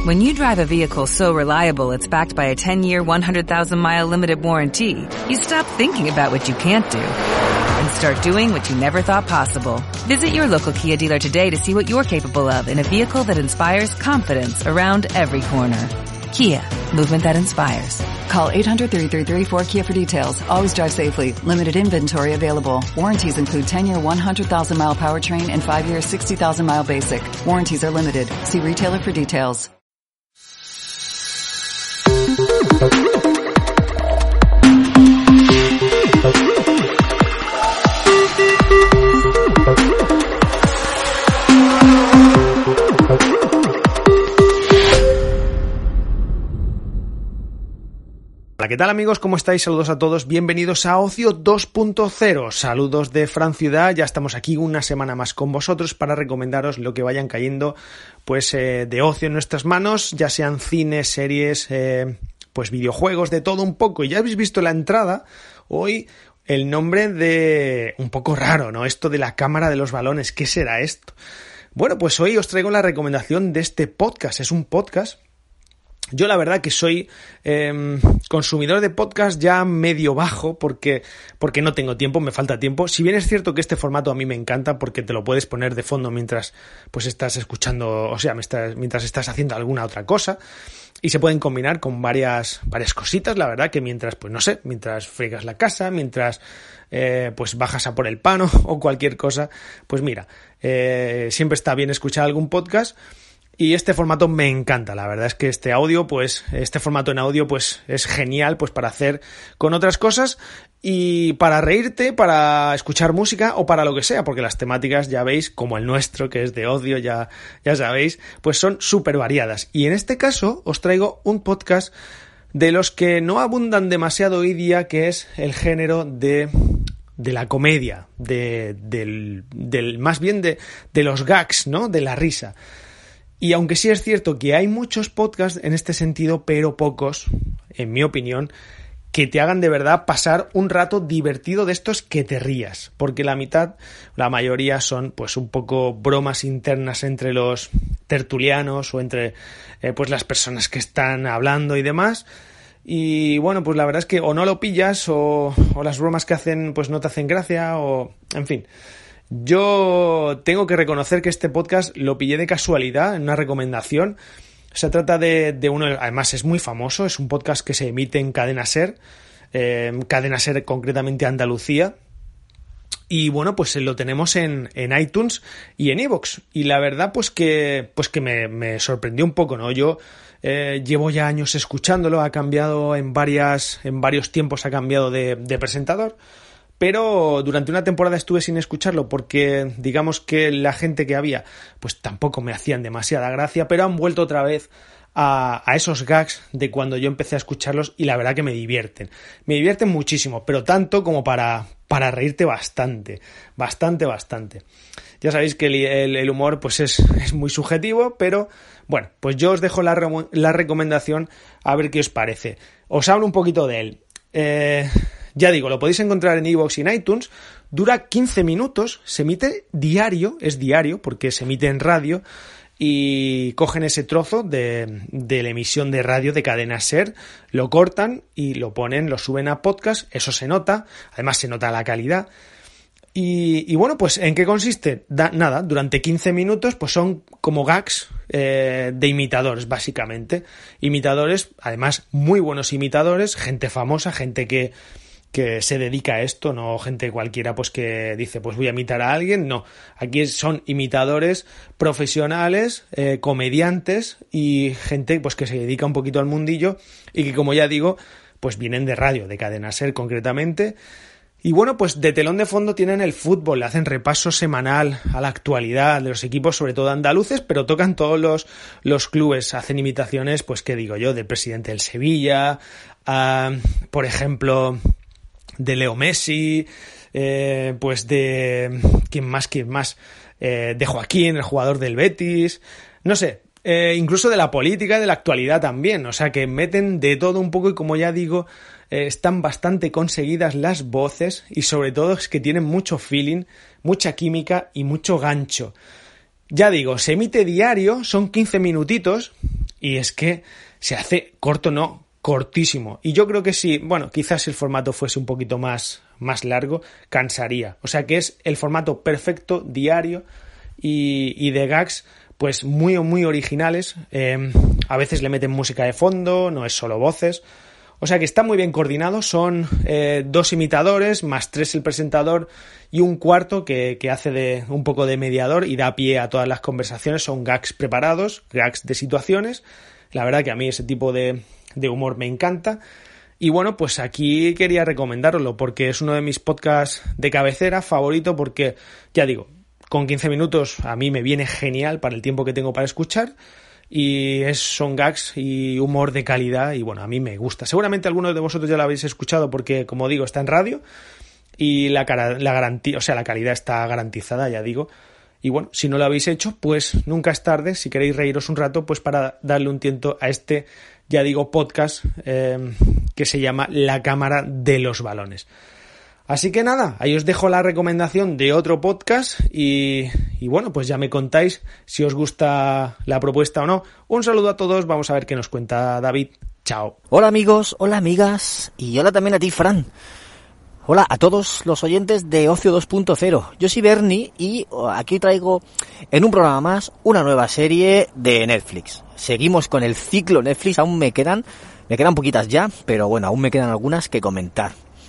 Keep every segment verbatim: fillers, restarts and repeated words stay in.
When you drive a vehicle so reliable it's backed by a ten-year, one hundred thousand mile limited warranty, you stop thinking about what you can't do and start doing what you never thought possible. Visit your local Kia dealer today to see what you're capable of in a vehicle that inspires confidence around every corner. Kia, movement that inspires. Call eight hundred, three three three, four K I A for details. Always drive safely. Limited inventory available. Warranties include ten-year, one hundred thousand mile powertrain and five-year, sixty thousand mile basic. Warranties are limited. See retailer for details. Hola, ¿qué tal amigos? ¿Cómo estáis? Saludos a todos, bienvenidos a Ocio dos punto cero. Saludos de Fran Ciudad, ya estamos aquí una semana más con vosotros para recomendaros lo que vayan cayendo pues eh, de ocio en nuestras manos, ya sean cines, series, eh, pues videojuegos, de todo un poco. Y ya habéis visto la entrada, hoy el nombre de... un poco raro, ¿no? Esto de la cámara de los balones, ¿qué será esto? Bueno, pues hoy os traigo la recomendación de este podcast, es un podcast... Yo la verdad que soy eh, consumidor de podcast ya medio bajo porque, porque no tengo tiempo, me falta tiempo. Si bien es cierto que este formato a mí me encanta porque te lo puedes poner de fondo mientras pues estás escuchando, o sea, mientras estás haciendo alguna otra cosa y se pueden combinar con varias, varias cositas, la verdad que mientras, pues no sé, mientras friegas la casa, mientras eh, pues bajas a por el pan o, o cualquier cosa, pues mira, eh, siempre está bien escuchar algún podcast. Y este formato me encanta, la verdad es que este audio, pues, este formato en audio, pues, es genial, pues, para hacer con otras cosas y para reírte, para escuchar música o para lo que sea, porque las temáticas, ya veis, como el nuestro, que es de ocio, ya, ya sabéis, pues son súper variadas. Y en este caso, os traigo un podcast de los que no abundan demasiado hoy día, que es el género de... de la comedia, de, del, del, más bien de, de los gags, ¿no? De la risa. Y aunque sí es cierto que hay muchos podcasts en este sentido, pero pocos, en mi opinión, que te hagan de verdad pasar un rato divertido de estos que te rías. Porque la mitad, la mayoría son pues un poco bromas internas entre los tertulianos o entre eh, pues las personas que están hablando y demás. Y bueno, pues la verdad es que o no lo pillas o, o las bromas que hacen pues no te hacen gracia o... en fin... Yo tengo que reconocer que este podcast lo pillé de casualidad en una recomendación. Se trata de, de uno, además es muy famoso, es un podcast que se emite en Cadena Ser, eh, Cadena Ser concretamente Andalucía. Y bueno, pues lo tenemos en, en iTunes y en iVoox. Y la verdad pues que, pues que me, me sorprendió un poco, ¿no? Yo eh, llevo ya años escuchándolo, ha cambiado en varias, en varios tiempos, ha cambiado de, de presentador. Pero durante una temporada estuve sin escucharlo porque digamos que la gente que había pues tampoco me hacían demasiada gracia, pero han vuelto otra vez a, a esos gags de cuando yo empecé a escucharlos y la verdad que me divierten. Me divierten muchísimo, pero tanto como para, para reírte bastante, bastante, bastante. Ya sabéis que el, el, el humor pues es, es muy subjetivo, pero bueno, pues yo os dejo la, la recomendación a ver qué os parece. Os hablo un poquito de él. Eh... Ya digo, lo podéis encontrar en iVoox y en iTunes, dura quince minutos, se emite diario, es diario porque se emite en radio y cogen ese trozo de, de la emisión de radio de Cadena Ser, lo cortan y lo ponen, lo suben a podcast, eso se nota, además se nota la calidad. Y, y bueno, pues ¿en qué consiste? Da, nada, durante quince minutos pues son como gags eh, de imitadores, básicamente. Imitadores, además muy buenos imitadores, gente famosa, gente que... que se dedica a esto, no gente cualquiera pues que dice pues voy a imitar a alguien, no, aquí son imitadores profesionales, eh, comediantes y gente pues que se dedica un poquito al mundillo y que como ya digo pues vienen de radio, de Cadena Ser concretamente. Y bueno, pues de telón de fondo tienen el fútbol, le hacen repaso semanal a la actualidad de los equipos, sobre todo andaluces, pero tocan todos los, los clubes, hacen imitaciones, pues qué digo yo, del presidente del Sevilla, uh, por ejemplo... de Leo Messi, eh, pues de... ¿quién más? ¿quién más? Eh, de Joaquín, el jugador del Betis, no sé, eh, incluso de la política, de la actualidad también, o sea que meten de todo un poco y como ya digo, eh, están bastante conseguidas las voces y sobre todo es que tienen mucho feeling, mucha química y mucho gancho. Ya digo, se emite diario, son quince minutitos y es que se hace corto, no, cortísimo. Y yo creo que sí, bueno, quizás si el formato fuese un poquito más, más largo, cansaría. O sea que es el formato perfecto, diario y, y de gags pues muy muy originales. Eh, a veces le meten música de fondo, no es solo voces. O sea que está muy bien coordinado, son eh, dos imitadores, más tres el presentador y un cuarto que, que hace de un poco de mediador y da pie a todas las conversaciones. Son gags preparados, gags de situaciones. La verdad que a mí ese tipo de, de humor me encanta. Y bueno, pues aquí quería recomendároslo porque es uno de mis podcasts de cabecera favorito porque, ya digo, con quince minutos a mí me viene genial para el tiempo que tengo para escuchar. Y es, son gags y humor de calidad y bueno, a mí me gusta. Seguramente algunos de vosotros ya lo habéis escuchado porque, como digo, está en radio y la, cara, la garantía, o sea, la calidad está garantizada, ya digo. Y bueno, si no lo habéis hecho, pues nunca es tarde, si queréis reíros un rato, pues para darle un tiento a este, ya digo, podcast eh, que se llama La Cámara de los Balones. Así que nada, ahí os dejo la recomendación de otro podcast y, y bueno, pues ya me contáis si os gusta la propuesta o no. Un saludo a todos, vamos a ver qué nos cuenta David. Chao. Hola amigos, hola amigas y hola también a ti, Fran. Hola a todos los oyentes de Ocio dos punto cero. Yo soy Bernie y aquí traigo en un programa más una nueva serie de Netflix. Seguimos con el ciclo Netflix, aún me quedan, me quedan poquitas ya, pero bueno, aún me quedan algunas que comentar.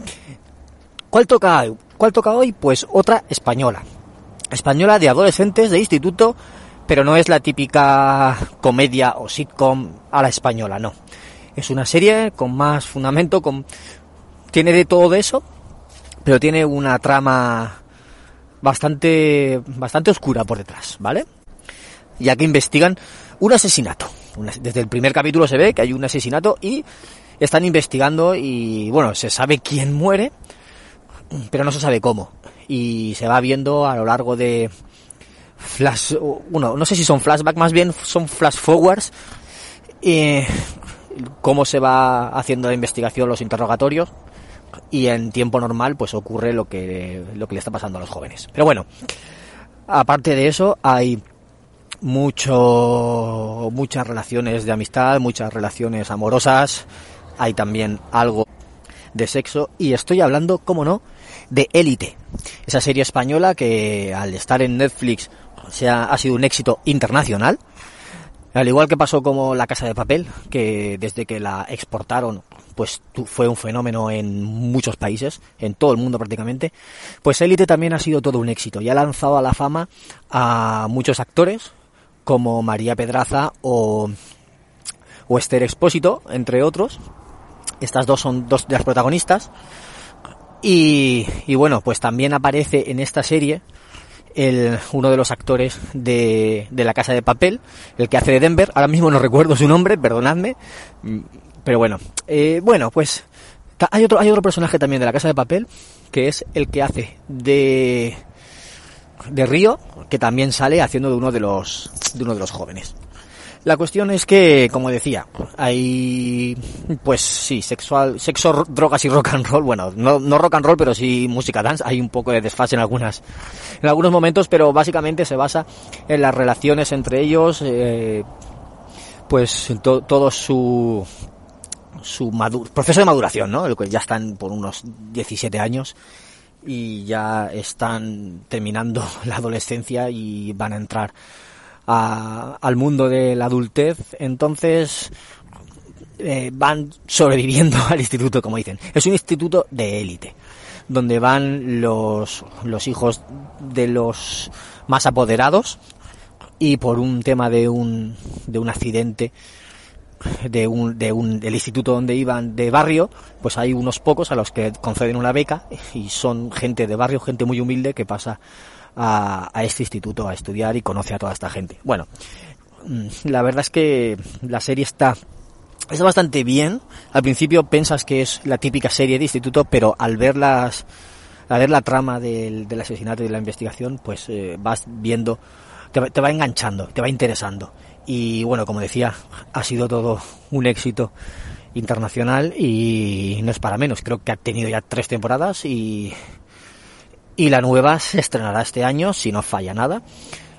¿Cuál toca, ¿Cuál toca hoy? Pues otra española. Española de adolescentes de instituto, pero no es la típica comedia o sitcom a la española, no. Es una serie con más fundamento, con tiene de todo de eso, pero tiene una trama bastante bastante oscura por detrás, ¿vale? Ya que investigan un asesinato. Desde el primer capítulo se ve que hay un asesinato y están investigando y, bueno, se sabe quién muere, pero no se sabe cómo. Y se va viendo a lo largo de flash, bueno, no sé si son flashbacks, más bien son flash forwards, eh, cómo se va haciendo la investigación, los interrogatorios, y en tiempo normal pues ocurre lo que lo que le está pasando a los jóvenes. Pero bueno, aparte de eso hay mucho muchas relaciones de amistad, muchas relaciones amorosas, hay también algo de sexo y estoy hablando, cómo no, de Élite, esa serie española que al estar en Netflix se ha, ha sido un éxito internacional, al igual que pasó como La Casa de Papel, que desde que la exportaron pues fue un fenómeno en muchos países, en todo el mundo prácticamente. Pues Élite también ha sido todo un éxito y ha lanzado a la fama a muchos actores como María Pedraza o, o Esther Expósito, entre otros. Estas dos son dos de las protagonistas. Y, y bueno, pues también aparece en esta serie el, uno de los actores de, de La Casa de Papel, el que hace de Denver. Ahora mismo no recuerdo su nombre, perdonadme. Pero bueno, eh, bueno, pues hay otro, hay otro personaje también de La Casa de Papel, que es el que hace de, de Río, que también sale haciendo de uno de los, de uno de los jóvenes. La cuestión es que, como decía, hay, pues sí, sexual, sexo, drogas y rock and roll. Bueno, no, no rock and roll, pero sí música dance. Hay un poco de desfase en algunas, en algunos momentos, pero básicamente se basa en las relaciones entre ellos, eh, pues to, todo su, su madu- proceso de maduración, ¿no? El que ya están por unos diecisiete años y ya están terminando la adolescencia y van a entrar A, al mundo de la adultez, entonces eh, van sobreviviendo al instituto, como dicen. Es un instituto de élite, donde van los, los hijos de los más apoderados y por un tema de un, de un accidente de un, de un, del instituto donde iban de barrio, pues hay unos pocos a los que conceden una beca y son gente de barrio, gente muy humilde que pasa A, a este instituto a estudiar y conoce a toda esta gente. Bueno, la verdad es que la serie está está bastante bien. Al principio piensas que es la típica serie de instituto, pero al ver las al ver la trama del, del asesinato y de la investigación, pues eh, vas viendo, te, te va enganchando, te va interesando. Y bueno, como decía, ha sido todo un éxito internacional y no es para menos. Creo que ha tenido ya tres temporadas y Y la nueva se estrenará este año, si no falla nada.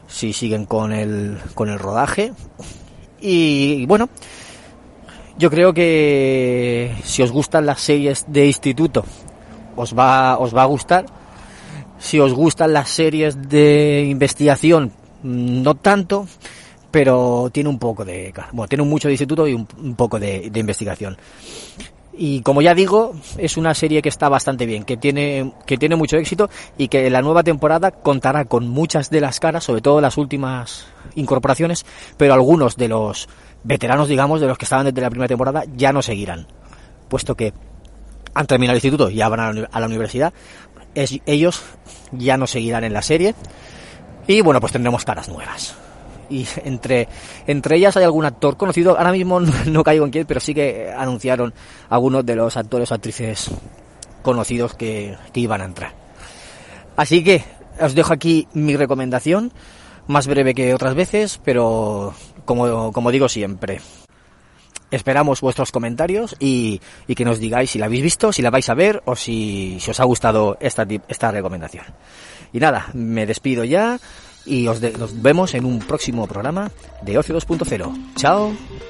si siguen con el, con el rodaje. Y bueno, yo creo que si os gustan las series de instituto, os va, os va a gustar. Si os gustan las series de investigación, no tanto, pero tiene un poco de, bueno, tiene mucho de instituto y un, un poco de, de investigación. Y como ya digo, es una serie que está bastante bien, que tiene, que tiene mucho éxito y que la nueva temporada contará con muchas de las caras, sobre todo las últimas incorporaciones, pero algunos de los veteranos, digamos, de los que estaban desde la primera temporada, ya no seguirán, puesto que han terminado el instituto y ya van a la, a la universidad. Es, ellos ya no seguirán en la serie y bueno, pues tendremos caras nuevas. Y entre entre ellas hay algún actor conocido, ahora mismo no, no caigo en quién, pero sí que anunciaron algunos de los actores o actrices conocidos que, que iban a entrar. Así que os dejo aquí mi recomendación, más breve que otras veces, pero como, como digo siempre, esperamos vuestros comentarios y, y que nos digáis si la habéis visto, si la vais a ver o si, si os ha gustado esta, esta recomendación. Y nada, me despido ya. Y os de, nos vemos en un próximo programa de Ocio dos punto cero. ¡Chao!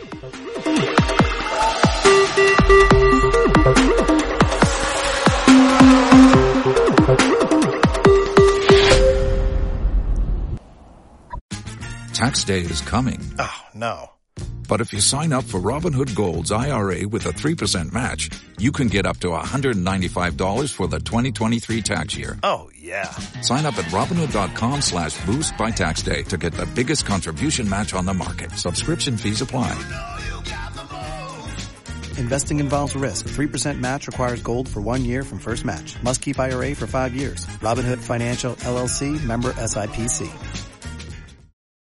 Tax day is coming. Oh, no. But if you sign up for Robinhood Gold's I R A with a three percent match, you can get up to one hundred ninety-five dollars for the twenty twenty-three tax year. Oh, yeah. Sign up at Robinhood.com slash boost by tax day to get the biggest contribution match on the market. Subscription fees apply. Investing involves risk. three percent match requires gold for one year from first match. Must keep I R A for five years. Robinhood Financial, L L C, member S I P C.